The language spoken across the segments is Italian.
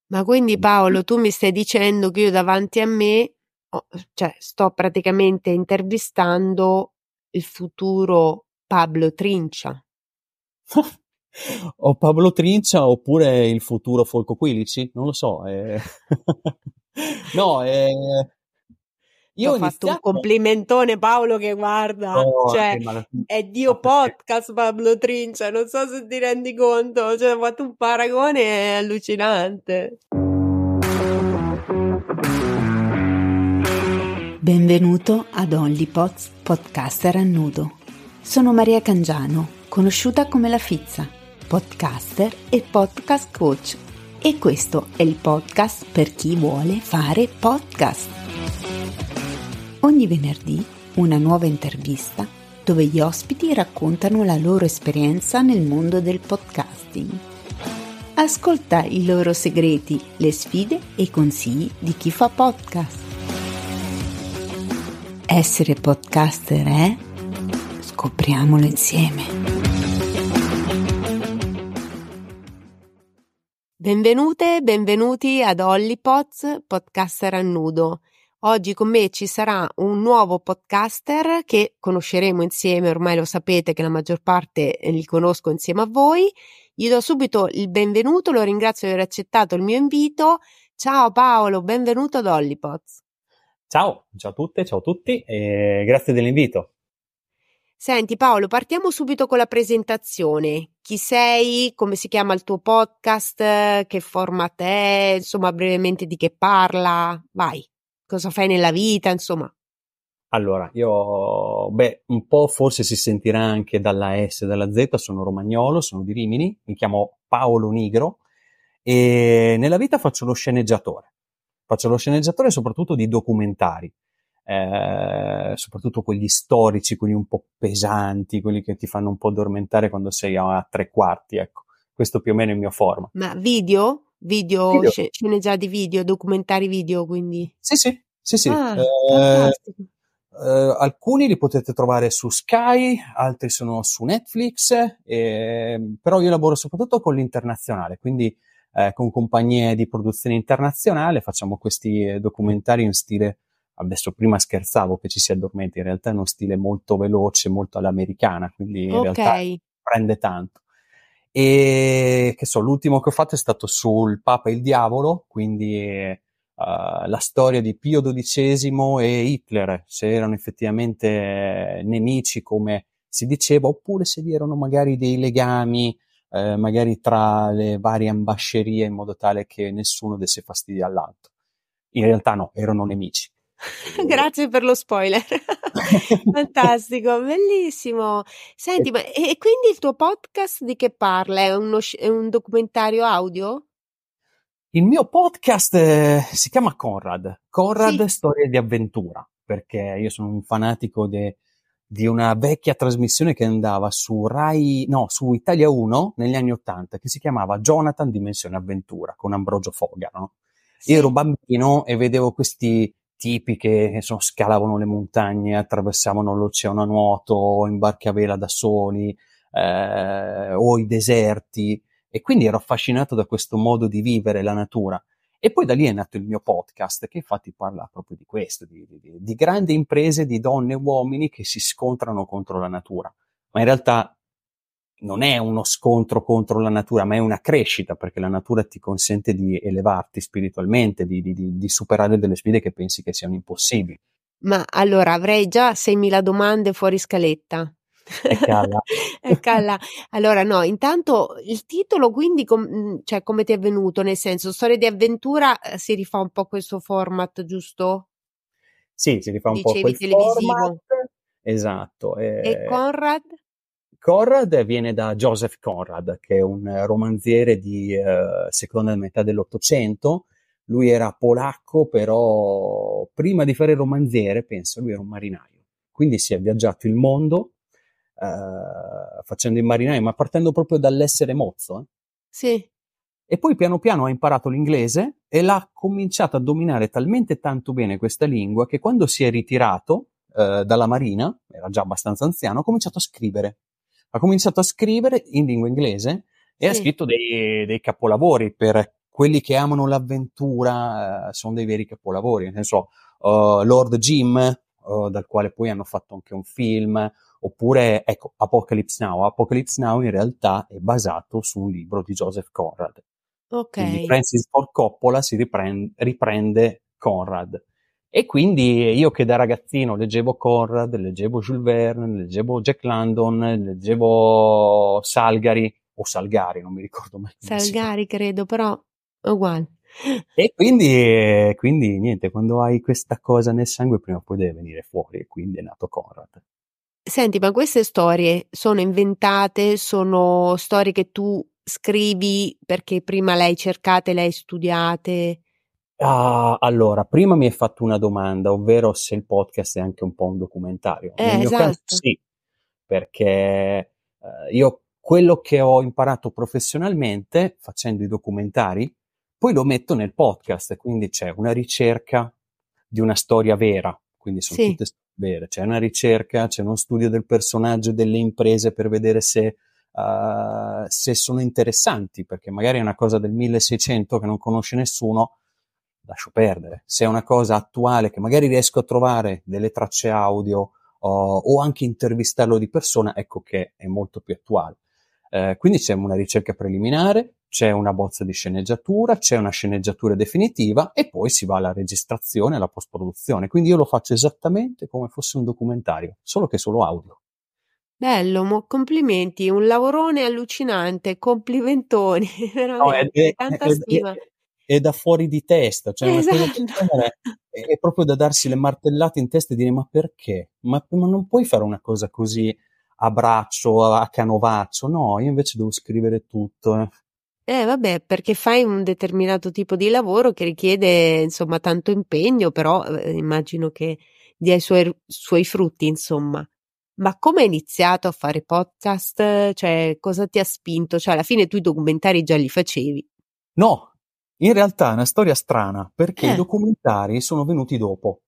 Ma quindi Paolo, tu mi stai dicendo che io davanti a me, sto praticamente intervistando il futuro Pablo Trincia. O Pablo Trincia oppure il futuro Folco Quilici, non lo so. No, Ti ho io ho fatto un iniziato... complimentone, Paolo, che guarda, No, cioè, ma è Dio perché... podcast Pablo Trincia, non so se ti rendi conto, cioè, ho fatto un paragone allucinante. Benvenuto ad OnlyPods Podcaster a nudo. Sono Maria Cangiano, conosciuta come La Fizza, podcaster e podcast coach. E questo è il podcast per chi vuole fare podcast. Ogni venerdì una nuova intervista dove gli ospiti raccontano la loro esperienza nel mondo del podcasting. Ascolta i loro segreti, le sfide e i consigli di chi fa podcast. Essere podcaster è? Scopriamolo insieme. Benvenute, benvenuti ad OnlyPods Podcaster a nudo. Oggi con me ci sarà un nuovo podcaster che conosceremo insieme, ormai lo sapete che la maggior parte li conosco insieme a voi. Gli do subito il benvenuto, lo ringrazio di aver accettato il mio invito. Ciao Paolo, benvenuto ad OnlyPods. Ciao a tutte, ciao a tutti e grazie dell'invito. Senti Paolo, partiamo subito con la presentazione. Chi sei? Come si chiama il tuo podcast? Che format è? Insomma, brevemente di che parla? Vai, cosa fai nella vita? Insomma. Allora, io, un po' forse si sentirà anche dalla S e dalla Z, sono romagnolo, sono di Rimini, mi chiamo Paolo Nigro e nella vita faccio lo sceneggiatore. Faccio lo sceneggiatore soprattutto di documentari, soprattutto quelli storici, quelli un po' pesanti, quelli che ti fanno un po' addormentare quando sei a tre quarti, ecco. Questo più o meno è il mio format. Ma video? Video, Video. sceneggiati video, documentari video, quindi? Sì. Ah, fantastico. Alcuni li potete trovare su Sky, altri sono su Netflix, però io lavoro soprattutto con l'internazionale, quindi con compagnie di produzione internazionale facciamo questi documentari in stile, adesso prima scherzavo che ci si addormenta, in realtà è uno stile molto veloce, molto all'americana, quindi in realtà Ok. prende tanto. E che so, l'ultimo che ho fatto è stato sul Papa e il Diavolo, quindi la storia di Pio XII e Hitler, se erano effettivamente nemici come si diceva, oppure se vi erano magari dei legami magari tra le varie ambascerie in modo tale che nessuno desse fastidio all'altro. In realtà no, erano nemici. Grazie per lo spoiler. Fantastico, bellissimo. Senti, ma e quindi il tuo podcast di che parla? È un documentario audio? Il mio podcast si chiama Conrad Sì. Storie di avventura, perché io sono un fanatico di una vecchia trasmissione che andava su su Italia 1 negli anni '80, che si chiamava Jonathan Dimensione Avventura, con Ambrogio Foga, no? Io ero Sì. bambino e vedevo questi tipi che scalavano le montagne, attraversavano l'oceano a nuoto, in barche a vela da soli, o i deserti, e quindi ero affascinato da questo modo di vivere la natura. E poi da lì è nato il mio podcast, che infatti parla proprio di questo, di grandi imprese, di donne e uomini che si scontrano contro la natura. Ma in realtà non è uno scontro contro la natura, ma è una crescita, perché la natura ti consente di elevarti spiritualmente, di superare delle sfide che pensi che siano impossibili. Ma allora avrei già 6.000 domande fuori scaletta. E cala. Calla. Allora, no, intanto il titolo, quindi, cioè, come ti è venuto? Nel senso, storia di avventura, si rifà un po' a questo format, giusto? Sì, si rifà un po' a Dicevi quel format. televisivo. Esatto. E Conrad? Conrad viene da Joseph Conrad, che è un romanziere di seconda metà dell'Ottocento. Lui era polacco, però prima di fare il romanziere, penso, lui era un marinaio. Quindi si è viaggiato il mondo facendo il marinaio, ma partendo proprio dall'essere mozzo. Sì. E poi piano piano ha imparato l'inglese e l'ha cominciato a dominare talmente tanto bene questa lingua che quando si è ritirato dalla marina, era già abbastanza anziano, ha cominciato a scrivere. Ha cominciato a scrivere in lingua inglese e ha Sì. scritto dei capolavori per quelli che amano l'avventura sono dei veri capolavori, nel senso Lord Jim, dal quale poi hanno fatto anche un film, oppure, ecco, Apocalypse Now. Apocalypse Now in realtà è basato su un libro di Joseph Conrad. Ok. Quindi Francis Ford Coppola si riprende Conrad. E quindi io che da ragazzino leggevo Conrad, leggevo Jules Verne, leggevo Jack London, leggevo Salgari, o Salgari, non mi ricordo mai come si chiama. Salgari credo, però è uguale. E quindi niente, quando hai questa cosa nel sangue prima o poi deve venire fuori, e quindi è nato Conrad. Senti, ma queste storie sono inventate, sono storie che tu scrivi perché prima le hai cercate, le hai studiate? Allora, prima mi hai fatto una domanda, ovvero se il podcast è anche un po' un documentario. Nel mio caso Esatto. sì, perché io quello che ho imparato professionalmente facendo i documentari, poi lo metto nel podcast, quindi c'è una ricerca di una storia vera, quindi sono Sì. tutte storie vere, c'è una ricerca, c'è uno studio del personaggio e delle imprese per vedere se sono interessanti, perché magari è una cosa del 1600 che non conosce nessuno, lascio perdere. Se è una cosa attuale che magari riesco a trovare delle tracce audio o anche intervistarlo di persona, ecco che è molto più attuale. Quindi c'è una ricerca preliminare, c'è una bozza di sceneggiatura, c'è una sceneggiatura definitiva e poi si va alla registrazione e alla post-produzione. Quindi io lo faccio esattamente come fosse un documentario, solo che solo audio. Bello, complimenti, un lavorone allucinante, complimentoni, No, veramente, tanta stima. è da fuori di testa, cioè una cosa del Esatto. genere è proprio da darsi le martellate in testa e dire ma perché? Ma non puoi fare una cosa così a braccio, a canovaccio, no, io invece devo scrivere tutto. Vabbè, perché fai un determinato tipo di lavoro che richiede, insomma, tanto impegno, però immagino che dia i suoi frutti, insomma. Ma come hai iniziato a fare podcast? Cioè, cosa ti ha spinto? Cioè, alla fine tu i documentari già li facevi. No, in realtà è una storia strana, perché i Eh. documentari sono venuti dopo.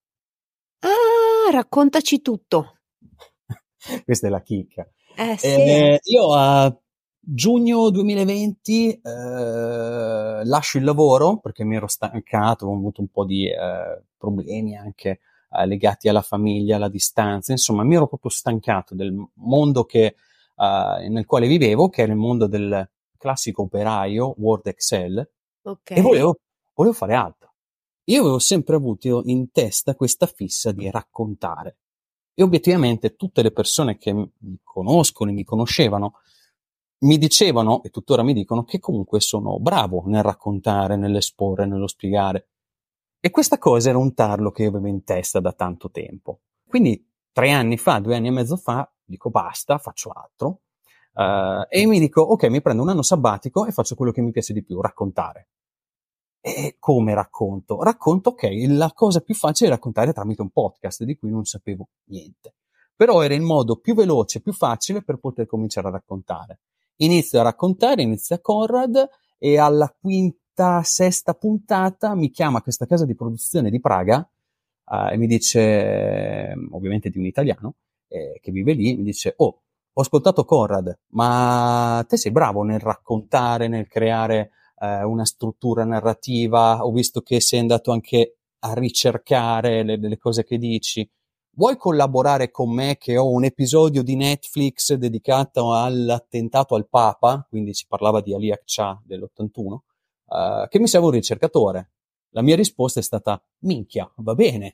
Ah, raccontaci tutto. Questa è la chicca. Sì. Io a giugno 2020 lascio il lavoro perché mi ero stancato, ho avuto un po' di problemi anche legati alla famiglia, alla distanza, insomma mi ero proprio stancato del mondo nel quale vivevo, che era il mondo del classico operaio, Word Excel, Ok. e volevo fare altro. Io avevo sempre avuto in testa questa fissa di raccontare. E obiettivamente tutte le persone che mi conoscono e mi conoscevano mi dicevano, e tuttora mi dicono, che comunque sono bravo nel raccontare, nell'esporre, nello spiegare. E questa cosa era un tarlo che io avevo in testa da tanto tempo. Quindi 3 anni fa, 2 anni e mezzo fa, dico basta, faccio altro. E mi dico, ok, mi prendo un anno sabbatico e faccio quello che mi piace di più, raccontare. E come racconto? Racconto, ok, la cosa più facile è raccontare tramite un podcast di cui non sapevo niente. Però era il modo più veloce, più facile per poter cominciare a raccontare. Inizio a raccontare, inizia Conrad e alla quinta, sesta puntata mi chiama questa casa di produzione di Praga e mi dice, ovviamente di un italiano che vive lì, mi dice, oh, ho ascoltato Conrad, ma te sei bravo nel raccontare, nel creare una struttura narrativa, ho visto che sei andato anche a ricercare le cose che dici. Vuoi collaborare con me che ho un episodio di Netflix dedicato all'attentato al Papa, quindi si parlava di Ali Akçaa dell'81, che mi serve un ricercatore. La mia risposta è stata, minchia, va bene.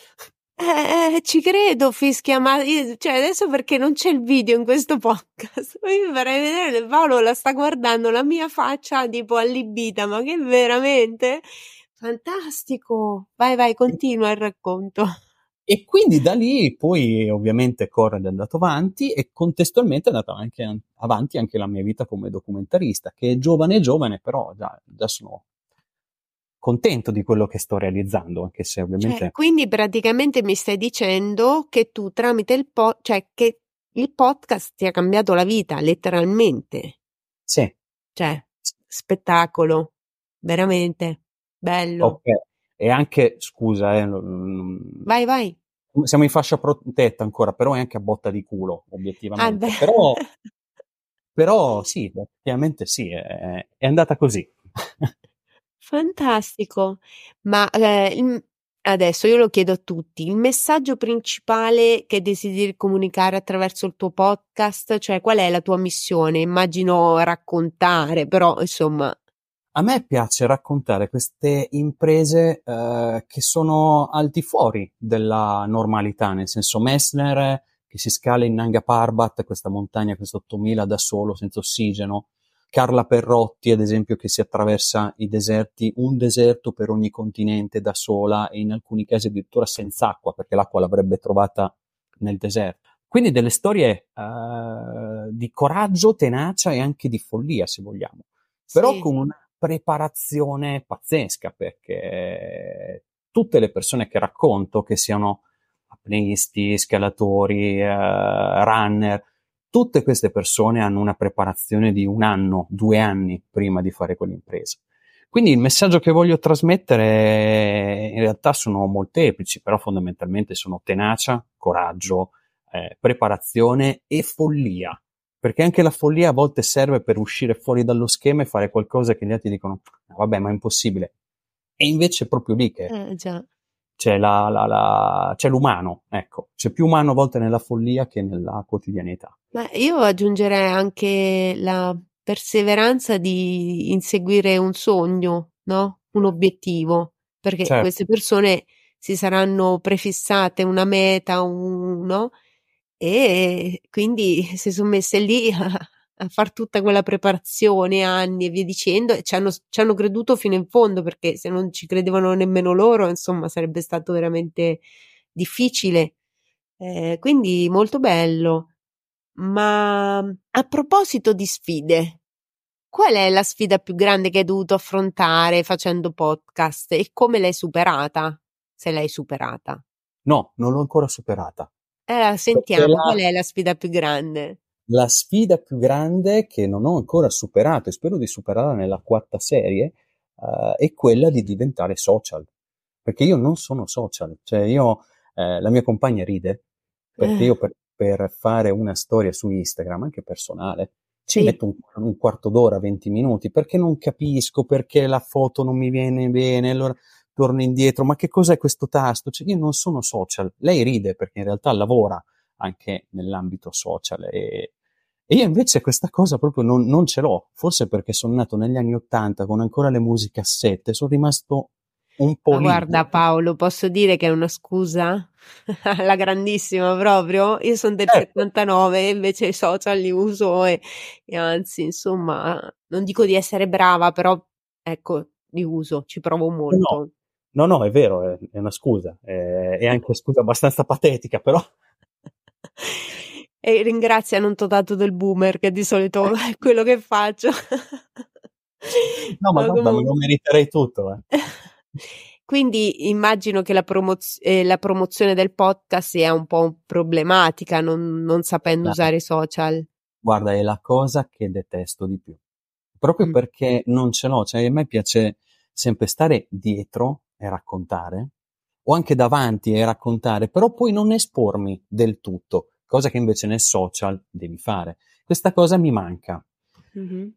Ci credo, fischia, ma cioè adesso perché non c'è il video in questo podcast, ma io vorrei vedere, Paolo la sta guardando la mia faccia tipo allibita, ma che veramente? Fantastico! Vai, vai, continua il racconto. E quindi da lì poi ovviamente Conrad è andato avanti e contestualmente è andata anche avanti anche la mia vita come documentarista, che è giovane, però già sono contento di quello che sto realizzando, anche se Cioè, ovviamente quindi praticamente mi stai dicendo che tu tramite cioè che il podcast ti ha cambiato la vita, letteralmente. sì. Cioè, spettacolo, veramente, Ok. bello. E anche, scusa, Vai, vai. siamo in fascia protetta ancora, però è anche a botta di culo, Ah, obiettivamente. beh. Però sì, effettivamente sì, è andata così. Fantastico. Ma adesso io lo chiedo a tutti, il messaggio principale che desideri comunicare attraverso il tuo podcast, cioè qual è la tua missione? Immagino raccontare, però insomma. A me piace raccontare queste imprese che sono al di fuori della normalità, nel senso Messner che si scala in Nanga Parbat, questa montagna, questo 8000 da solo, senza ossigeno, Carla Perrotti, ad esempio, che si attraversa i deserti, un deserto per ogni continente da sola e in alcuni casi addirittura senza acqua, perché l'acqua l'avrebbe trovata nel deserto. Quindi delle storie di coraggio, tenacia e anche di follia, se vogliamo, però Sì. con una preparazione pazzesca, perché tutte le persone che racconto, che siano apneisti, scalatori, runner, tutte queste persone hanno una preparazione di 1 anno, 2 anni prima di fare quell'impresa. Quindi il messaggio che voglio trasmettere in realtà sono molteplici, però fondamentalmente sono tenacia, coraggio, preparazione e follia. Perché anche la follia a volte serve per uscire fuori dallo schema e fare qualcosa che gli altri dicono, "No, vabbè, ma è impossibile." E invece è proprio lì che Già. c'è c'è l'umano, ecco. C'è più umano a volte nella follia che nella quotidianità. Ma io aggiungerei anche la perseveranza di inseguire un sogno, no? Un obiettivo, perché queste Certo. persone si saranno prefissate una meta, no? E quindi si sono messe lì a far tutta quella preparazione, anni e via dicendo, e ci hanno creduto fino in fondo, perché se non ci credevano nemmeno loro, insomma, sarebbe stato veramente difficile. Quindi molto bello. Ma a proposito di sfide, qual è la sfida più grande che hai dovuto affrontare facendo podcast e come l'hai superata? Se l'hai superata. No, non l'ho ancora superata. Perché Sentiamo, qual è la sfida più grande? la sfida più grande che non ho ancora superato e spero di superarla nella quarta serie, è quella di diventare social. Perché io non sono social, cioè la mia compagna ride, perché io per fare una storia su Instagram, anche personale, ci Sì. metto un quarto d'ora, 20 minuti, perché non capisco, perché la foto non mi viene bene, allora torno indietro, ma che cos'è questo tasto? Cioè, io non sono social. Lei ride perché in realtà lavora anche nell'ambito social e io invece questa cosa proprio non ce l'ho, forse perché sono nato negli anni '80 con ancora le musicassette, sono rimasto un po' Ma lì. guarda Paolo, posso dire che è una scusa? La grandissima proprio. Io sono del Certo, 79, invece i social li uso e anzi, insomma, non dico di essere brava, però ecco, li uso, ci provo no, molto. no, no, è vero, è una scusa, è anche una scusa abbastanza patetica, però E ringrazia non t'ho dato del boomer, che di solito è quello che faccio. no, ma Ma guarda, me lo comunque. meriterei tutto, eh. Quindi immagino che la promozione del podcast sia un po' problematica, non sapendo usare i social. Guarda, è la cosa che detesto di più. Proprio Mh. perché non ce l'ho, cioè a me piace sempre stare dietro e raccontare, o anche davanti e raccontare, però poi non espormi del tutto, cosa che invece nel social devi fare. Questa cosa mi manca. Mh-mh.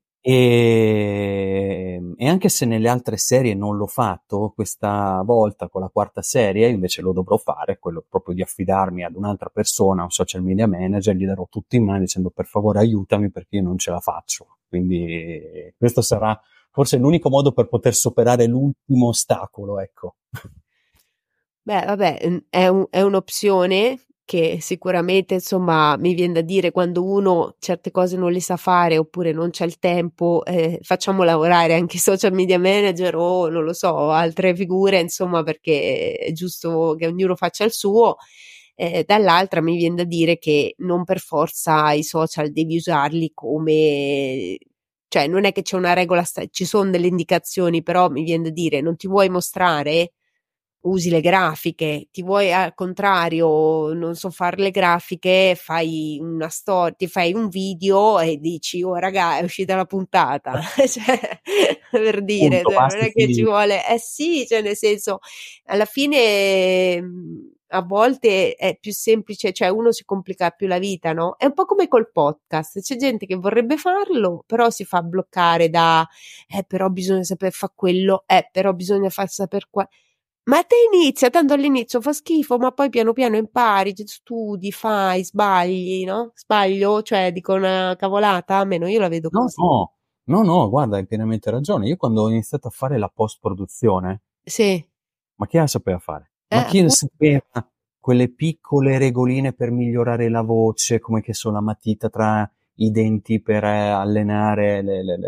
E anche se nelle altre serie non l'ho fatto, questa volta con la quarta serie invece lo dovrò fare, quello proprio di affidarmi ad un'altra persona, un social media manager, gli darò tutto in mano dicendo per favore aiutami perché io non ce la faccio. Quindi questo sarà forse l'unico modo per poter superare l'ultimo ostacolo, ecco. Beh, vabbè, è un'opzione che sicuramente, insomma, mi vien da dire quando uno certe cose non le sa fare oppure non c'ha il tempo, facciamo lavorare anche i social media manager o non lo so, altre figure, insomma, perché è giusto che ognuno faccia il suo. Dall'altra mi vien da dire che non per forza i social devi usarli come, cioè non è che c'è una regola, ci sono delle indicazioni, però mi vien da dire non ti vuoi mostrare, usi le grafiche, ti vuoi al contrario, non so fare le grafiche, fai una storia, ti fai un video e dici, oh raga, è uscita la puntata, cioè, per dire, Punto, cioè, non basta e è che ci finito. vuole, sì, cioè nel senso, alla fine a volte è più semplice, cioè uno si complica più la vita, no? È un po' come col podcast, c'è gente che vorrebbe farlo, però si fa bloccare da, però bisogna saper fare quello, però bisogna far saper qua. Ma te inizia, tanto all'inizio fa schifo, ma poi piano piano impari, studi, fai, sbagli, no? Sbaglio? Cioè dico una cavolata? Almeno io la vedo No, così. no, no, no, guarda, hai pienamente ragione. Io quando ho iniziato a fare la post-produzione, Sì, ma chi la sapeva fare? Ma chi ne appunto. sapeva quelle piccole regoline per migliorare la voce, come che so, la matita tra i denti per allenare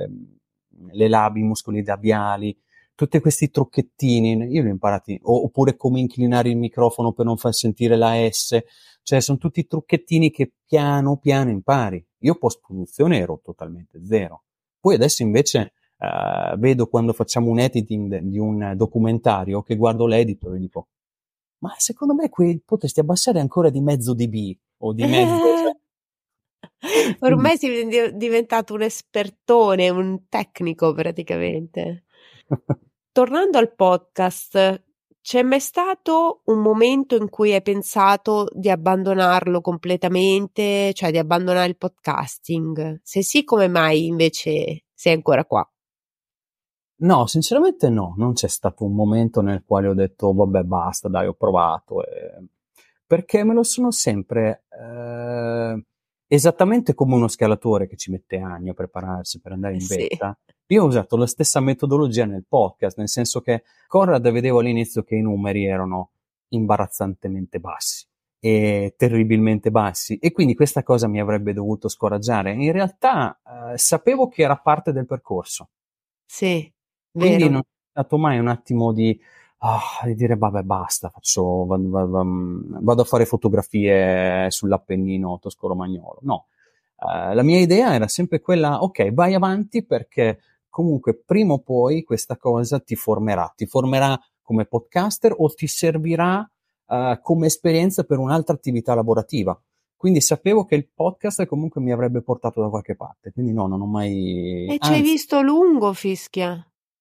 le labi, i muscoli labiali, tutti questi trucchettini, io li ho imparati, oppure come inclinare il microfono per non far sentire la S, cioè sono tutti trucchettini che piano piano impari. Io post-produzione ero totalmente zero. Poi adesso invece vedo quando facciamo un editing di un documentario che guardo l'editor e dico, ma secondo me qui potresti abbassare ancora di mezzo dB o di mezzo, quindi, Ormai sei diventato un espertone, un tecnico praticamente. Tornando al podcast, c'è mai stato un momento in cui hai pensato di abbandonarlo completamente, cioè di abbandonare il podcasting? Se sì, come mai invece sei ancora qua? no, sinceramente no, non c'è stato un momento nel quale ho detto, vabbè, basta, dai, ho provato, perché me lo sono sempre, esattamente come uno scalatore che ci mette anni a prepararsi per andare in Sì, vetta. Io ho usato la stessa metodologia nel podcast, nel senso che Conrad vedevo all'inizio che i numeri erano imbarazzantemente bassi e terribilmente bassi, e quindi questa cosa mi avrebbe dovuto scoraggiare. In realtà, sapevo che era parte del percorso. sì, Quindi vero. non è stato mai un attimo di dire vabbè basta, vado a fare fotografie sull'Appennino tosco-romagnolo. No, la mia idea era sempre quella, ok, vai avanti perché comunque prima o poi questa cosa ti formerà come podcaster o ti servirà come esperienza per un'altra attività lavorativa. Quindi sapevo che il podcast comunque mi avrebbe portato da qualche parte, quindi no, non ho mai, E ci hai anzi, visto lungo, Fischia?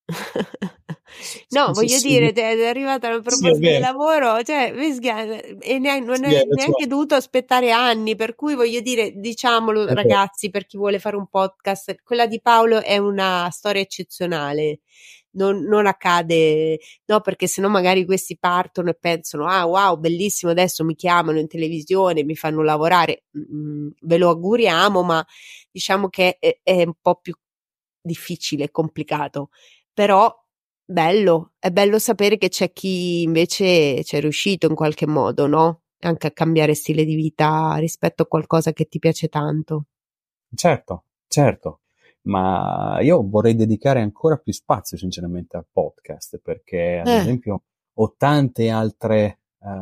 sì, No, sì, voglio sì, dire, ti è arrivata una sì, è proposta di vero. lavoro, cioè, Fischia, e non Sì, è hai neanche ragione, dovuto aspettare anni, per cui voglio dire, diciamolo è vero. ragazzi, per chi vuole fare un podcast, quella di Paolo è una storia eccezionale. Non accade, no, perché sennò magari questi partono e pensano, ah, wow, bellissimo, adesso mi chiamano in televisione, mi fanno lavorare. Ve lo auguriamo, ma diciamo che è un po' più difficile, complicato, però bello, è bello sapere che c'è chi invece c'è riuscito in qualche modo, no? Anche a cambiare stile di vita rispetto a qualcosa che ti piace tanto. Certo, certo, ma io vorrei dedicare ancora più spazio sinceramente al podcast, perché ad Eh, esempio ho tante altre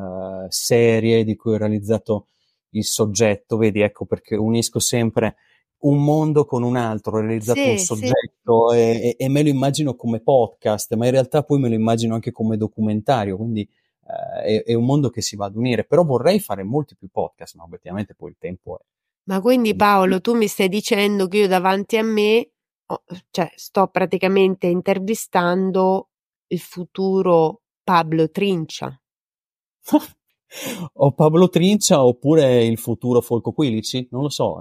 serie di cui ho realizzato il soggetto, vedi, ecco perché unisco sempre un mondo con un altro, ho realizzato un sì, sì. soggetto e me lo immagino come podcast, ma in realtà poi me lo immagino anche come documentario, quindi è un mondo che si va ad unire, però vorrei fare molti più podcast, ma obiettivamente poi il tempo Ma quindi è Paolo, tu mi stai dicendo che io davanti a me, cioè, sto praticamente intervistando il futuro Pablo Trincia. O Pablo Trincia oppure il futuro Folco Quilici, non lo so.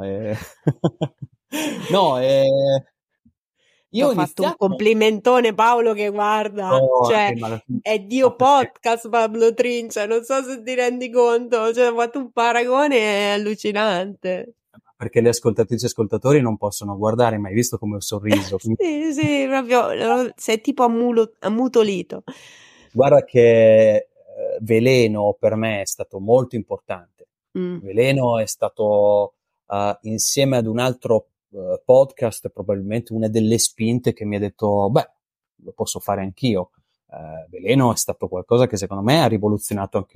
No, T'ho io ho fatto un iniziato. complimentone, Paolo, che guarda, No, cioè è ma Dio perché? podcast Pablo Trincia, non so se ti rendi conto, cioè ho fatto un paragone allucinante. Perché le ascoltatrici e ascoltatori non possono guardare, ma hai visto come ho sorriso. Quindi, Sì, sì, proprio sei tipo ammutolito. guarda che Veleno per me è stato molto importante. Mm, Veleno è stato insieme ad un altro podcast probabilmente una delle spinte che mi ha detto, beh, lo posso fare anch'io. Veleno è stato qualcosa che secondo me ha rivoluzionato anche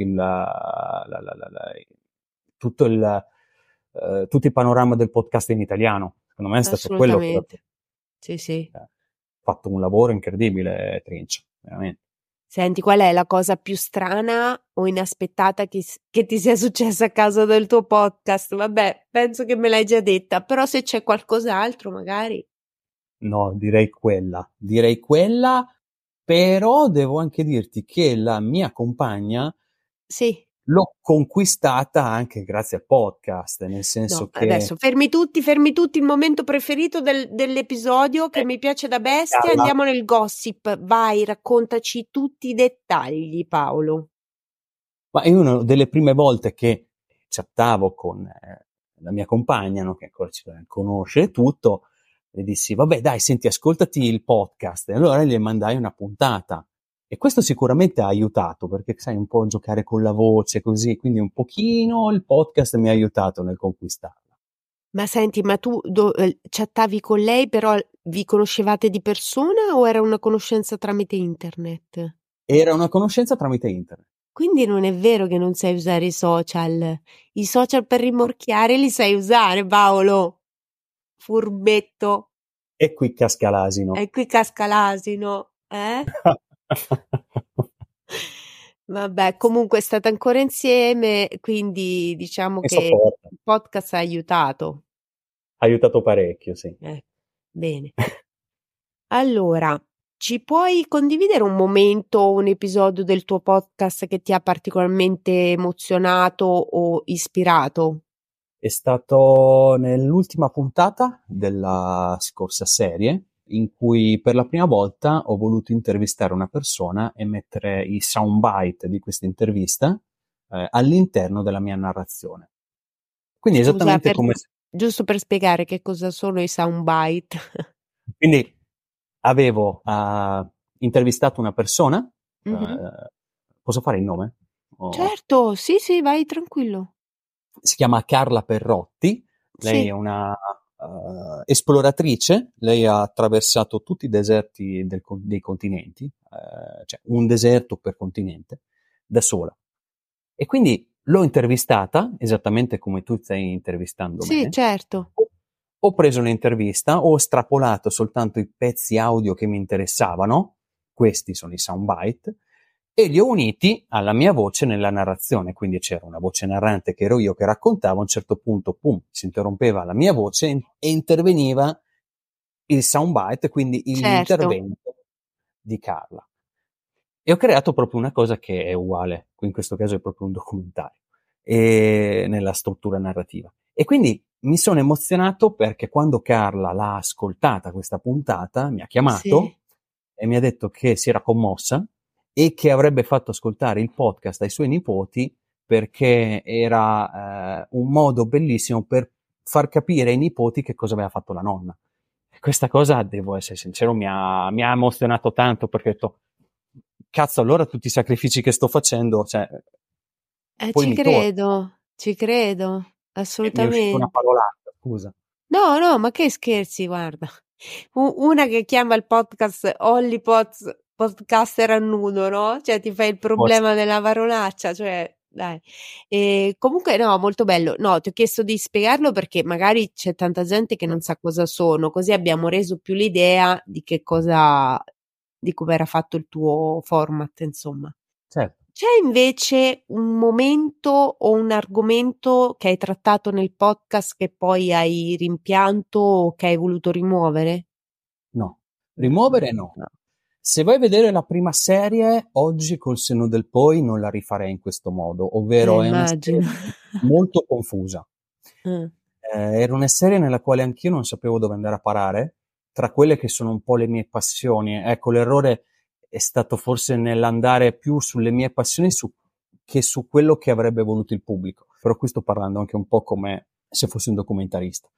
tutto tutto il panorama del podcast in italiano. Secondo me è stato quello che assolutamente. Sì, sì. ha fatto un lavoro incredibile, Trincia, veramente. Senti, qual è la cosa più strana o inaspettata che ti sia successa a causa del tuo podcast? Vabbè, penso che me l'hai già detta, però se c'è qualcos'altro, magari. No, direi quella, però devo anche dirti che la mia compagna Sì. l'ho conquistata anche grazie al podcast, nel senso No, che adesso fermi tutti, il momento preferito dell'episodio che mi piace da bestia, Carla, andiamo nel gossip, vai, raccontaci tutti i dettagli, Paolo. ma è una delle prime volte che chattavo con la mia compagna, no, che ancora ci conosce e tutto, le dissi, vabbè dai, senti, ascoltati il podcast, e allora gli mandai una puntata. E questo sicuramente ha aiutato, perché sai, un po' giocare con la voce così, quindi un pochino il podcast mi ha aiutato nel conquistarla. Ma senti, ma tu chattavi con lei, però vi conoscevate di persona o era una conoscenza tramite internet? Era una conoscenza tramite internet. Quindi non è vero che non sai usare i social. I social per rimorchiare li sai usare, Paolo. Furbetto. E qui casca l'asino. E qui casca l'asino, eh? Vabbè, comunque state ancora insieme, quindi diciamo Mi che sopporta. il podcast ha aiutato. Ha aiutato parecchio, sì. Bene. Allora, ci puoi condividere un momento o un episodio del tuo podcast che ti ha particolarmente emozionato o ispirato? È stato nell'ultima puntata della scorsa serie in cui per la prima volta ho voluto intervistare una persona e mettere i soundbite di questa intervista all'interno della mia narrazione. Quindi Scusa, esattamente come se... giusto per spiegare che cosa sono i soundbite. Quindi avevo intervistato una persona, Mhm. posso fare il nome? O- Certo, sì, sì, vai tranquillo. Si chiama Carla Perrotti, lei è Sì, una esploratrice, lei ha attraversato tutti i deserti dei continenti, cioè un deserto per continente, da sola. E quindi l'ho intervistata, esattamente come tu stai intervistando sì, me. certo. Ho preso l'intervista, ho estrapolato soltanto i pezzi audio che mi interessavano, questi sono i soundbite, e li ho uniti alla mia voce nella narrazione, quindi c'era una voce narrante che ero io che raccontavo, a un certo punto, pum, si interrompeva la mia voce e interveniva il soundbite, quindi Certo. l'intervento di Carla. E ho creato proprio una cosa che è uguale, in questo caso è proprio un documentario, nella struttura narrativa. E quindi mi sono emozionato perché quando Carla l'ha ascoltata questa puntata, mi ha Sì. chiamato e mi ha detto che si era commossa e che avrebbe fatto ascoltare il podcast ai suoi nipoti perché era un modo bellissimo per far capire ai nipoti che cosa aveva fatto la nonna. E questa cosa, devo essere sincero, mi ha emozionato tanto perché ho detto, cazzo, allora tutti i sacrifici che sto facendo, cioè, poi mi torna. Ci credo, Mi è uscita una assolutamente. parolaccia, scusa. No, no, ma che scherzi, guarda. Una che chiama il podcast Holly Podcaster a nudo, no? Cioè ti fai il problema della parolaccia, cioè dai. E comunque no, molto bello. No, ti ho chiesto di spiegarlo perché magari c'è tanta gente che non sa cosa sono, così abbiamo reso più l'idea di che cosa, di come era fatto il tuo format, insomma. Certo. C'è invece un momento o un argomento che hai trattato nel podcast che poi hai rimpianto o che hai voluto rimuovere? No. No, Rimuovere no. no. Se vuoi vedere la prima serie, oggi col senno del poi non la rifarei in questo modo, ovvero è una serie Immagino. molto confusa. Mm. Era una serie nella quale anch'io non sapevo dove andare a parare, tra quelle che sono un po' le mie passioni. Ecco, l'errore è stato forse nell'andare più sulle mie passioni che su quello che avrebbe voluto il pubblico. Però qui sto parlando anche un po' come se fossi un documentarista.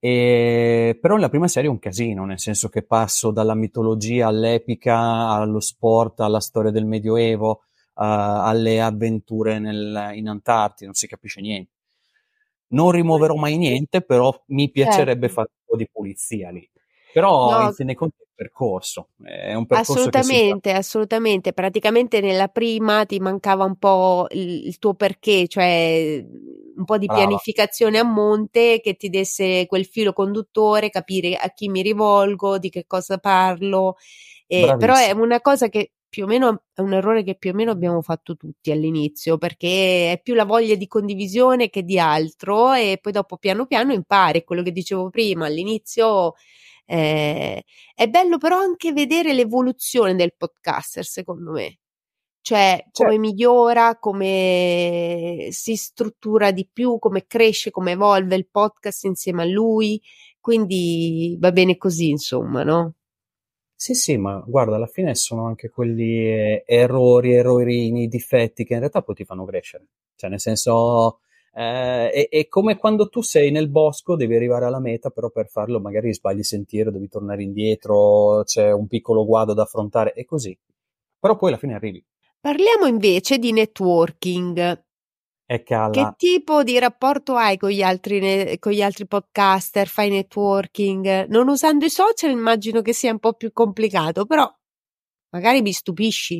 Però la prima serie è un casino, nel senso che passo dalla mitologia all'epica, allo sport, alla storia del Medioevo, alle avventure in Antartide, non si capisce niente. Non rimuoverò mai niente, però mi piacerebbe Certo. fare un po' di pulizia lì. Però in No, fin dei conti è un percorso che si fa. assolutamente, assolutamente. Praticamente nella prima ti mancava un po' il tuo perché, cioè un po' di Brava, pianificazione a monte che ti desse quel filo conduttore, capire a chi mi rivolgo, di che cosa parlo. Però è bravissima. una cosa che più o meno è un errore che più o meno abbiamo fatto tutti all'inizio, perché è più la voglia di condivisione che di altro, e poi dopo piano piano impari quello che dicevo prima. All'inizio è bello però anche vedere l'evoluzione del podcaster, secondo me. Cioè, Cioè, come migliora, come si struttura di più, come cresce, come evolve il podcast insieme a lui. Quindi va bene così, insomma, no? sì, sì, ma guarda, alla fine sono anche quelli errorini, difetti che in realtà poi ti fanno crescere. Cioè, nel senso, è come quando tu sei nel bosco, devi arrivare alla meta, però per farlo magari sbagli sentiero, devi tornare indietro, c'è un piccolo guado da affrontare, è così. Però poi alla fine arrivi. Parliamo invece di networking. E Che calla. tipo di rapporto hai con con gli altri podcaster? Fai networking? Non usando i social, immagino che sia un po' più complicato, però magari mi stupisci.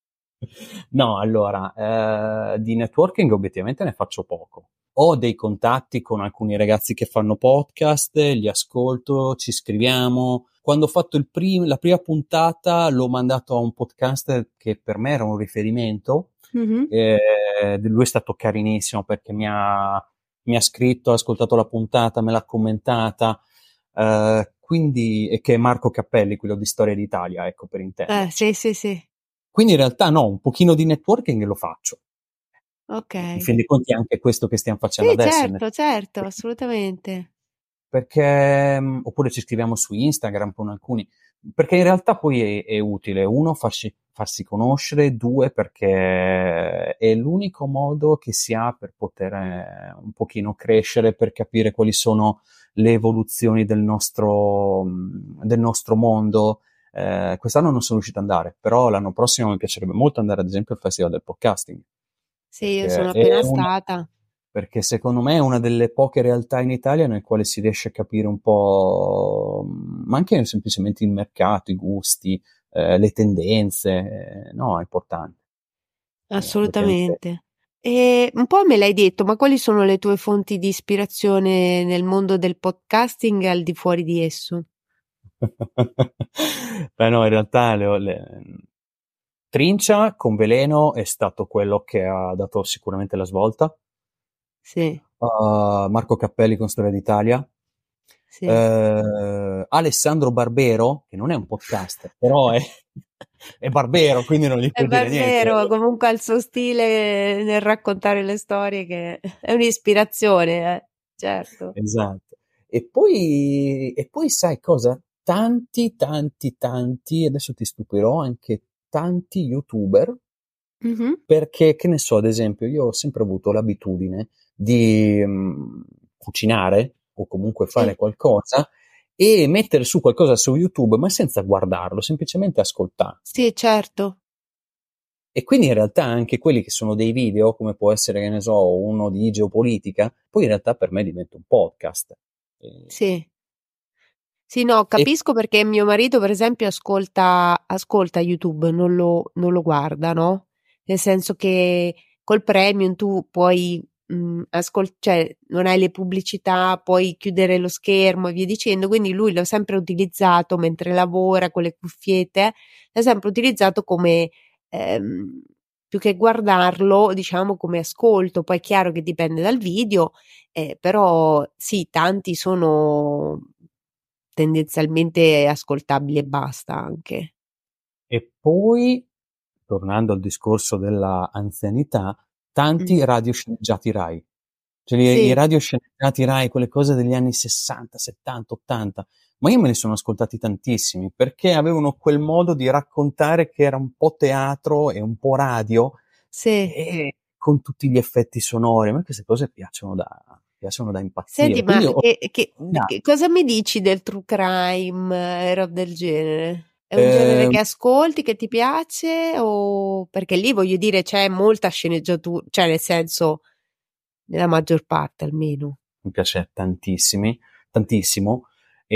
No, allora, di networking obiettivamente ne faccio poco. Ho dei contatti con alcuni ragazzi che fanno podcast, li ascolto, ci scriviamo. Quando ho fatto la prima puntata l'ho mandato a un podcaster che per me era un riferimento. Mhm. Lui è stato carinissimo perché mi ha scritto, ha ascoltato la puntata, me l'ha commentata. Quindi, e che è Marco Cappelli, quello di Storia d'Italia, ecco, per intenderci. Sì, sì, sì. Quindi in realtà no, un pochino di networking lo faccio. Ok. In fin dei conti è anche questo che stiamo facendo Sì, adesso. certo, certo, assolutamente. Perché, oppure ci scriviamo su Instagram con alcuni, perché in realtà poi è utile, uno, farsi conoscere, due, perché è l'unico modo che si ha per poter un pochino crescere, per capire quali sono le evoluzioni del nostro mondo. Quest'anno non sono riuscito ad andare, però l'anno prossimo mi piacerebbe molto andare ad esempio al Festival del Podcasting, Sì, io perché sono è appena una, stata. perché secondo me è una delle poche realtà in Italia nel quale si riesce a capire un po', ma anche semplicemente il mercato, i gusti, le tendenze, no, è importante. Obiettivamente. Assolutamente. E un po' me l'hai detto, ma quali sono le tue fonti di ispirazione nel mondo del podcasting e al di fuori di esso? Beh, no, in realtà Trincia con Veleno è stato quello che ha dato sicuramente la svolta. Sì, Marco Cappelli con Storia d'Italia. sì. Alessandro Barbero, che non è un podcaster, però è Barbero, quindi non gli È puoi dire niente. vero, comunque ha il suo stile nel raccontare le storie che è un'ispirazione, certo. Esatto. E poi sai cosa? Tanti, adesso ti stupirò, anche tanti YouTuber, Mhm. perché, che ne so, ad esempio, io ho sempre avuto l'abitudine di cucinare o comunque fare Sì, qualcosa e mettere su qualcosa su YouTube, ma senza guardarlo, semplicemente ascoltarlo. sì, certo. E quindi in realtà anche quelli che sono dei video, come può essere, che ne so, uno di geopolitica, poi in realtà per me diventa un podcast. E, Sì. Sì, no, e capisco perché mio marito, per esempio, ascolta YouTube, non lo guarda, no? Nel senso che col premium tu puoi cioè non hai le pubblicità, puoi chiudere lo schermo e via dicendo, quindi lui l'ha sempre utilizzato mentre lavora con le cuffiette, l'ha sempre utilizzato come ehm, più che guardarlo, diciamo come ascolto. Poi è chiaro che dipende dal video, però sì, tanti sono tendenzialmente ascoltabili e basta anche. E poi, tornando al discorso della anzianità, Mh. tanti radiosceneggiati Rai. Cioè, i Sì, radiosceneggiati Rai, quelle cose degli anni 60, 70, 80, ma io me ne sono ascoltati tantissimi, perché avevano quel modo di raccontare che era un po' teatro e un po' radio, sì. e con tutti gli effetti sonori. A me queste cose piacciono da Senti, impazzire. ma Quindi ho, che cosa mi dici del true crime e roba del genere? È un genere eh, che ascolti, che ti piace o perché lì voglio dire c'è molta cioè nel senso nella maggior parte almeno. mi piace tantissimo. E,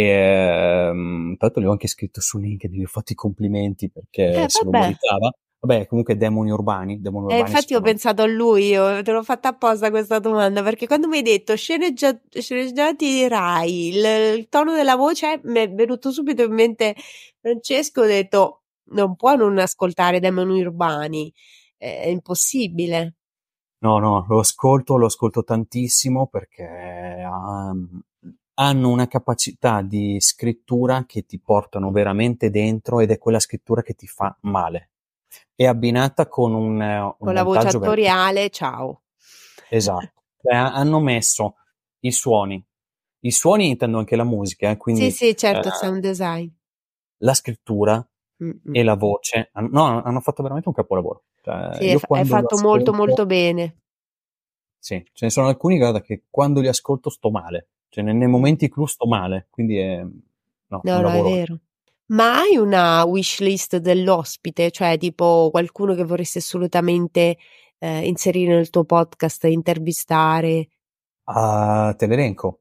tra l'altro gli ho anche scritto su LinkedIn, gli ho fatto i complimenti perché se lo Vabbè. meritava. Vabbè, comunque Demoni Urbani Infatti ho secondo me. pensato a lui, io te l'ho fatta apposta questa domanda, perché quando mi hai detto sceneggiati Rai, il tono della voce mi è venuto subito in mente Francesco, ho detto non può non ascoltare Demoni Urbani, è impossibile. No, no, lo ascolto tantissimo perché hanno una capacità di scrittura che ti portano veramente dentro ed è quella scrittura che ti fa male. e abbinata con un Con la voce montaggio attoriale, ciao. esatto. Hanno messo i suoni intendo anche la musica, Sì, quindi sì, certo, sound design. la scrittura Mm-mm. e la voce, hanno fatto veramente un capolavoro. Sì, Io è quando lo fatto molto ascolto, molto bene. sì, ce ne sono alcuni, guarda, che quando li ascolto sto male, cioè nei Mm. momenti clou sto male, quindi no, è No, un no, è lavoro. vero. Ma hai una wish list dell'ospite, cioè tipo qualcuno che vorresti assolutamente inserire nel tuo podcast, intervistare? Ah, te l'elenco.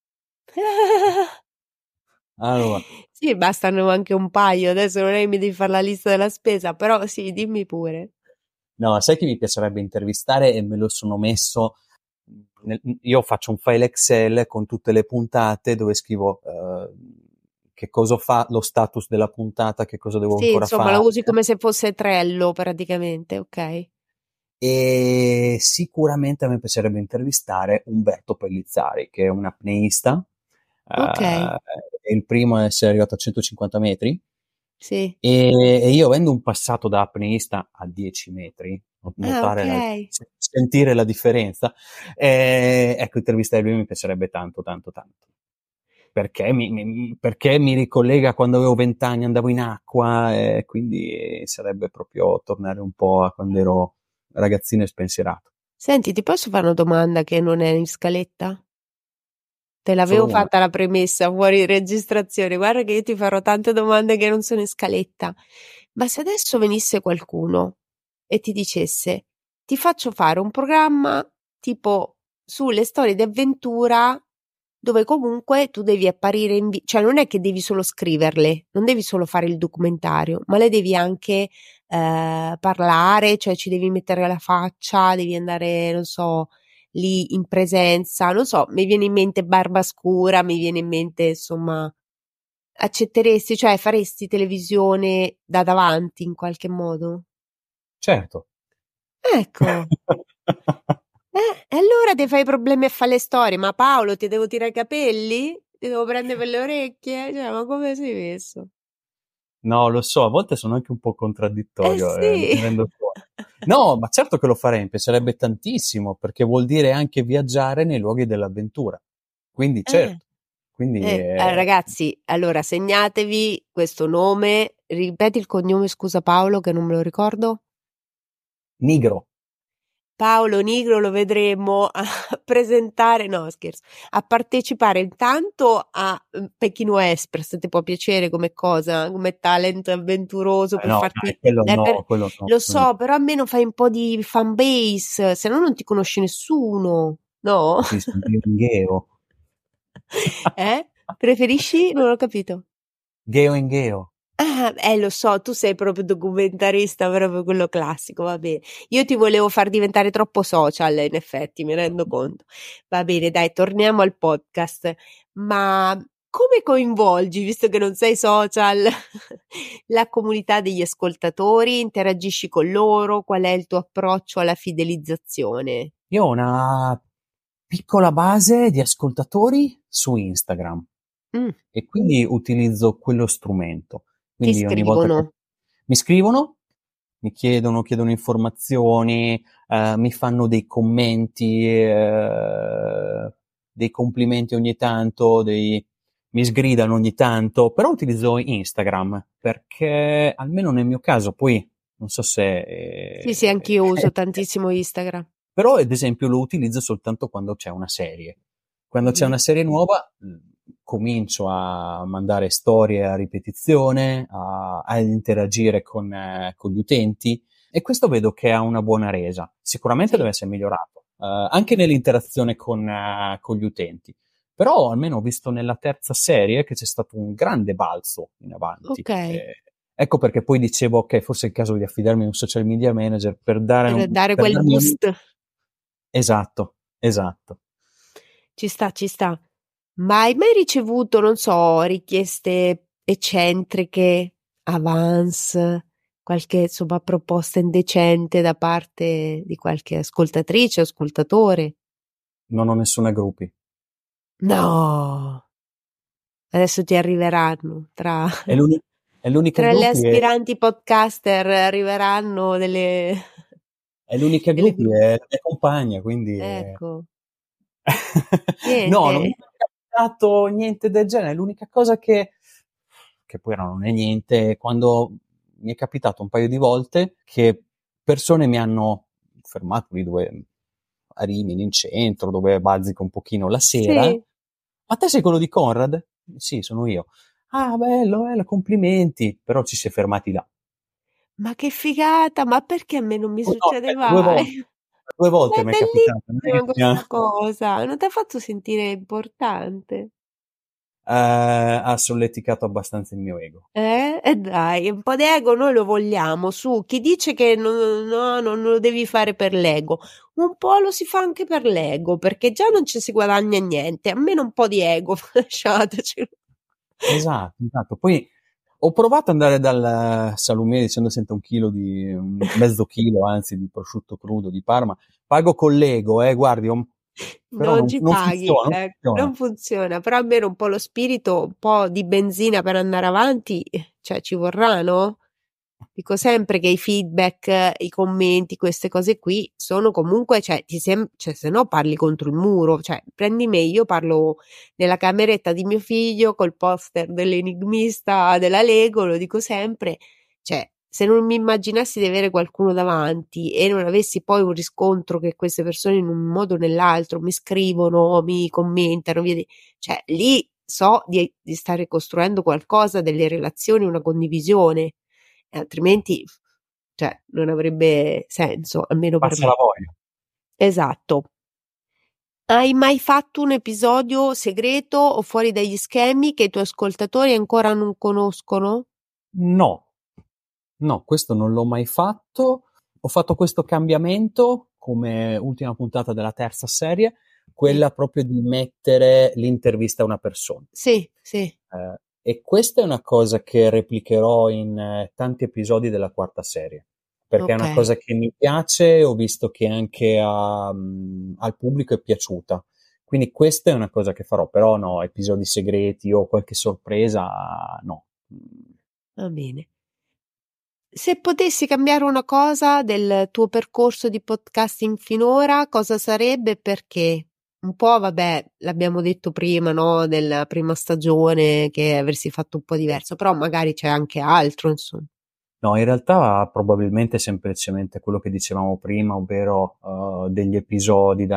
Allora, Sì, bastano anche un paio. Adesso non è che mi devi fare la lista della spesa, però sì, dimmi pure. no, sai che mi piacerebbe intervistare e me lo sono messo. Io faccio un file Excel con tutte le puntate dove scrivo che cosa fa lo status della puntata, che cosa devo Sì, ancora insomma, lo fare. usi come se fosse Trello praticamente, ok? E sicuramente a me piacerebbe intervistare Umberto Pellizzari, che è un apneista. Ok, Il primo è essere arrivato a 150 metri. sì. E io, avendo un passato da apneista a 10 metri, Ah, ok. sentire la differenza, ecco, intervistare lui mi piacerebbe tanto, tanto, tanto. Perché mi ricollega a quando avevo 20 anni, andavo in acqua, e quindi sarebbe proprio tornare un po' a quando ero ragazzino e spensierato. Senti, ti posso fare una domanda che non è in scaletta? Te Solo l'avevo una. fatta la premessa fuori registrazione. Guarda che io ti farò tante domande che non sono in scaletta. Ma se adesso venisse qualcuno e ti dicesse, ti faccio fare un programma tipo sulle storie di avventura dove comunque tu devi apparire cioè non è che devi solo scriverle, non devi solo fare il documentario, ma le devi anche parlare, cioè ci devi mettere la faccia, devi andare, non so, lì in presenza, non so, mi viene in mente Barba Scura, mi viene in mente, insomma, accetteresti, cioè faresti televisione da davanti in qualche modo? Certo. Ecco. E allora ti fai problemi a fare le storie, ma Paolo ti devo tirare i capelli? Ti devo prendere per le orecchie? Cioè, ma come sei messo? No, lo so, a volte sono anche un po' Eh contraddittorio, me sì. ne rendo conto. No, ma certo che lo farei, mi piacerebbe tantissimo, perché vuol dire anche viaggiare nei luoghi dell'avventura. Quindi, Eh. certo, quindi Ragazzi, allora segnatevi questo nome, ripeti il cognome, scusa Paolo, che non me lo ricordo. Nigro. Paolo Nigro lo vedremo a presentare, no scherzo, a partecipare intanto a Pechino Express, se ti può piacere come cosa, come talent avventuroso per No, dai, farti... quello no, quello no. Lo so, però almeno fai un po' di fan base, se no non ti conosce nessuno, no? Sì, sì, Geo. Eh? Preferisci? Non ho capito. Geo in Geo. Ah, lo so, tu sei proprio documentarista, proprio quello classico, va bene. Io ti volevo far diventare troppo social, in effetti, mi rendo conto. Va bene, dai, torniamo al podcast. Ma come coinvolgi, visto che non sei social, la comunità degli ascoltatori? Interagisci con loro? Qual è il tuo approccio alla fidelizzazione? Io ho una piccola base di ascoltatori su Instagram Mm, e quindi utilizzo quello strumento. ti Quindi ogni volta che scrivono? mi scrivono, mi chiedono informazioni, mi fanno dei commenti, dei complimenti ogni tanto, mi sgridano ogni tanto, però utilizzo Instagram perché almeno nel mio caso, poi non so se Sì, sì, anch'io uso tantissimo Instagram. però ad esempio lo utilizzo soltanto quando c'è una serie. Quando c'è Mhm. una serie nuova comincio a mandare storie a ripetizione, a interagire con gli utenti e questo vedo che ha una buona resa. Sicuramente deve Sì, essere migliorato, anche nell'interazione con gli utenti. Però almeno ho visto nella terza serie che c'è stato un grande balzo in avanti. ok. Ecco perché poi dicevo, ok, forse è il caso di affidarmi a un social media manager Per dare per quel darmi un... boost. Esatto, esatto. Ci sta, ci sta. Ma hai mai ricevuto, non so, richieste eccentriche, avance, qualche, insomma, proposta indecente da parte di qualche ascoltatrice o ascoltatore? Non ho nessuna gruppi. No, adesso ti arriveranno tra... È l'uni- è l'unica Tra le groupie, aspiranti podcaster arriveranno delle, è l'unica delle groupie, è la mia compagna, quindi Ecco, no, niente. non mi è capitato niente del genere. L'unica cosa che poi non è niente, quando mi è capitato un paio di volte che persone mi hanno fermato lì dove, a Rimini, in centro, dove bazzica un pochino la sera. Sì, Ma te sei quello di Conrad? Sì, sono io. Ah, bello, bello, complimenti. Però ci si è fermati là. ma che figata, ma perché a me non mi Oh, no, succede aspetta, due mai? volte. Due Ma volte è mi è capitato. Non è che bellissima questa cosa, non ti ha fatto sentire importante? ha solleticato abbastanza il mio ego. E dai, un po' di ego noi lo vogliamo, su, chi dice che no, non lo devi fare per l'ego, un po' lo si fa anche per l'ego, perché già non ci si guadagna niente, almeno un po' di ego, lasciateci. Esatto, esatto. Poi ho provato ad andare dal salumiere dicendo senta un mezzo chilo, anzi, di prosciutto crudo di Parma. Pago con l'ego, guardi, però Non ci non paghi, funziona, non funziona. non funziona, però almeno un po' lo spirito, un po' di benzina per andare avanti, cioè ci vorrà, no? Dico sempre che i feedback, i commenti, queste cose qui sono comunque, cioè, cioè, se no parli contro il muro, cioè, prendi me, io parlo nella cameretta di mio figlio col poster dell'enigmista della Lego, lo dico sempre, cioè, se non mi immaginassi di avere qualcuno davanti e non avessi poi un riscontro che queste persone in un modo o nell'altro mi scrivono, mi commentano, cioè, lì so di stare costruendo qualcosa, delle relazioni, una condivisione. Altrimenti, cioè, non avrebbe senso, almeno per Passa me. la voglia. Esatto. Hai mai fatto un episodio segreto o fuori dagli schemi che i tuoi ascoltatori ancora non conoscono? No, no, questo non l'ho mai fatto. Ho fatto questo cambiamento come ultima puntata della terza serie, Sì, quella proprio di mettere l'intervista a una persona. sì, sì. E questa è una cosa che replicherò in tanti episodi della quarta serie, perché è Ok. una cosa che mi piace, ho visto che anche al pubblico è piaciuta. Quindi questa è una cosa che farò, però no, episodi segreti o qualche sorpresa, no. Va bene. Se potessi cambiare una cosa del tuo percorso di podcasting finora, cosa sarebbe e perché? Un po', vabbè, l'abbiamo detto prima, no? Della prima stagione che avresti fatto un po' diverso, però magari c'è anche altro, insomma. No, in realtà probabilmente semplicemente quello che dicevamo prima, ovvero degli episodi,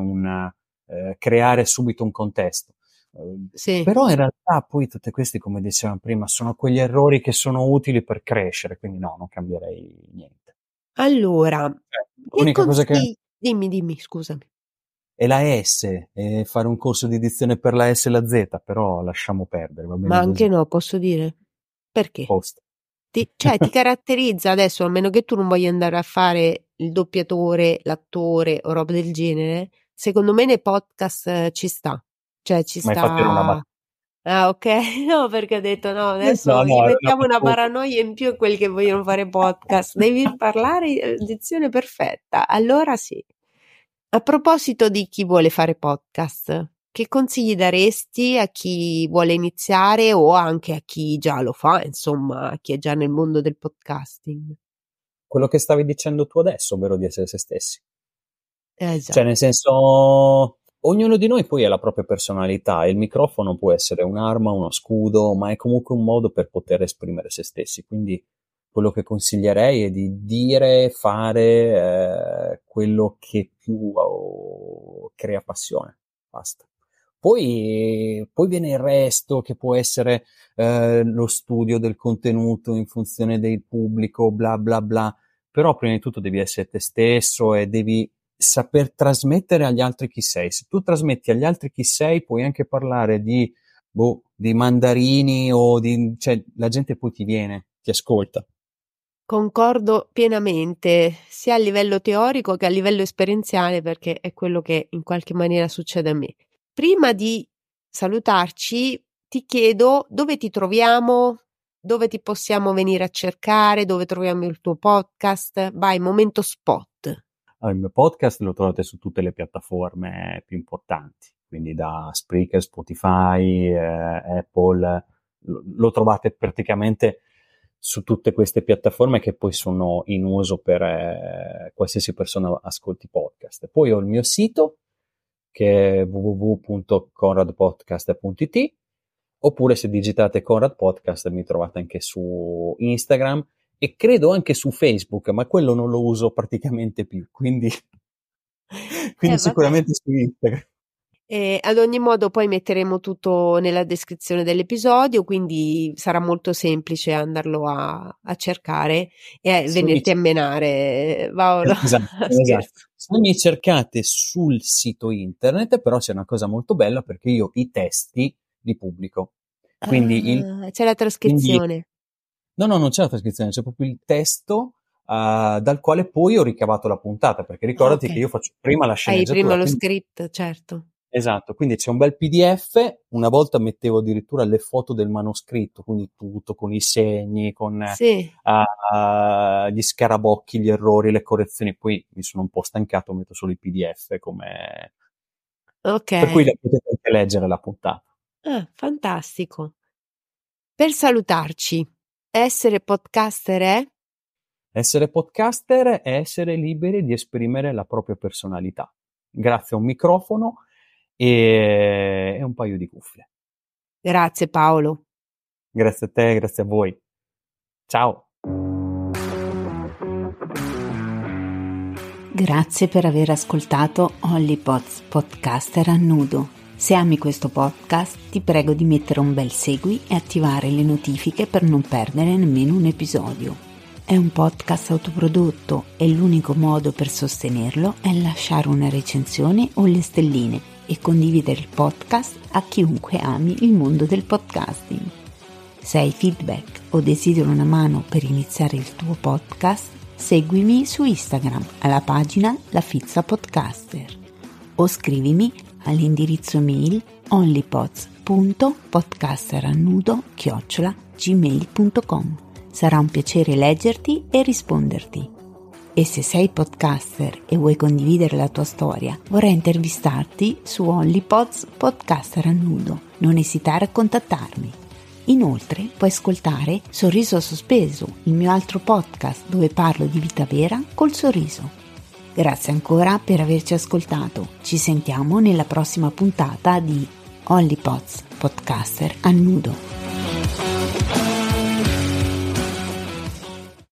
creare subito un contesto. Sì. Però in realtà poi tutti questi, come dicevamo prima, sono quegli errori che sono utili per crescere, quindi no, non cambierei niente. Allora, che L'unica cosa che consigli? Dimmi, scusami. è la S, e fare un corso di dizione per la S e la Z, però lasciamo perdere, va Ma bene anche così. no, posso dire? Perché? Post. Cioè, ti caratterizza adesso, a meno che tu non voglia andare a fare il doppiatore, l'attore o roba del genere, secondo me nei podcast ci sta. Cioè, ci Ma hai fatto era una sta. battuta. Ah, ok. No, perché ho detto no, No, adesso gli no, era una mettiamo una battuta. paranoia in più a quelli che vogliono fare podcast. Devi parlare dizione perfetta. Allora sì. A proposito di chi vuole fare podcast, che consigli daresti a chi vuole iniziare o anche a chi già lo fa, insomma, a chi è già nel mondo del podcasting? Quello che stavi dicendo tu adesso, ovvero di essere se stessi. Cioè, Già. nel senso, ognuno di noi poi ha la propria personalità e il microfono può essere un'arma, uno scudo, ma è comunque un modo per poter esprimere se stessi. Quindi quello che consiglierei è di dire, fare quello che più crea passione. Basta. Poi viene il resto, che può essere lo studio del contenuto in funzione del pubblico, bla bla bla. Però prima di tutto devi essere te stesso e devi saper trasmettere agli altri chi sei. Se tu trasmetti agli altri chi sei, puoi anche parlare di mandarini cioè, la gente poi ti viene, ti ascolta. Concordo pienamente, sia a livello teorico che a livello esperienziale, perché è quello che in qualche maniera succede a me. Prima di salutarci, ti chiedo dove ti troviamo, dove ti possiamo venire a cercare, dove troviamo il tuo podcast. Vai, momento spot. Allora, il mio podcast lo trovate su tutte le piattaforme più importanti, quindi da Spreaker, Spotify, Apple, lo trovate praticamente su tutte queste piattaforme che poi sono in uso per qualsiasi persona ascolti podcast. Poi ho il mio sito che è www.conradpodcast.it, oppure se digitate Conrad Podcast mi trovate anche su Instagram e credo anche su Facebook, ma quello non lo uso praticamente più, quindi sicuramente su Instagram. Ad ogni modo poi metteremo tutto nella descrizione dell'episodio, quindi sarà molto semplice andarlo a cercare e venirti a menare, Paolo. Esatto. Se mi cercate sul sito internet, però c'è una cosa molto bella, perché io i testi li pubblico. Quindi c'è la trascrizione. No, non c'è la trascrizione, c'è proprio il testo dal quale poi ho ricavato la puntata, perché ricordati che io faccio prima la sceneggiatura. Prima lo script, certo. Esatto, quindi c'è un bel PDF, una volta mettevo addirittura le foto del manoscritto, quindi tutto con i segni, con gli scarabocchi, gli errori, le correzioni, poi mi sono un po' stancato, metto solo i PDF come... Per cui la potete anche leggere la puntata. Fantastico. Per salutarci, essere podcaster è? Essere podcaster è essere liberi di esprimere la propria personalità, grazie a un microfono e un paio di cuffie. Grazie Paolo. Grazie a te, grazie a voi. Ciao. Grazie per aver ascoltato Hollypods Podcaster a nudo. Se ami questo podcast ti prego di mettere un bel segui e attivare le notifiche per non perdere nemmeno un episodio. È un podcast autoprodotto e l'unico modo per sostenerlo è lasciare una recensione o le stelline e condividere il podcast a chiunque ami il mondo del podcasting. Se hai feedback o desideri una mano per iniziare il tuo podcast, seguimi su Instagram alla pagina La Fizza Podcaster o scrivimi all'indirizzo mail onlypods.podcasterannudo@gmail.com. Sarà un piacere leggerti e risponderti. E se sei podcaster e vuoi condividere la tua storia, vorrei intervistarti su Hollypods Podcaster a nudo. Non esitare a contattarmi. Inoltre puoi ascoltare Sorriso Sospeso, il mio altro podcast dove parlo di vita vera col sorriso. Grazie ancora per averci ascoltato. Ci sentiamo nella prossima puntata di Hollypods Podcaster a nudo.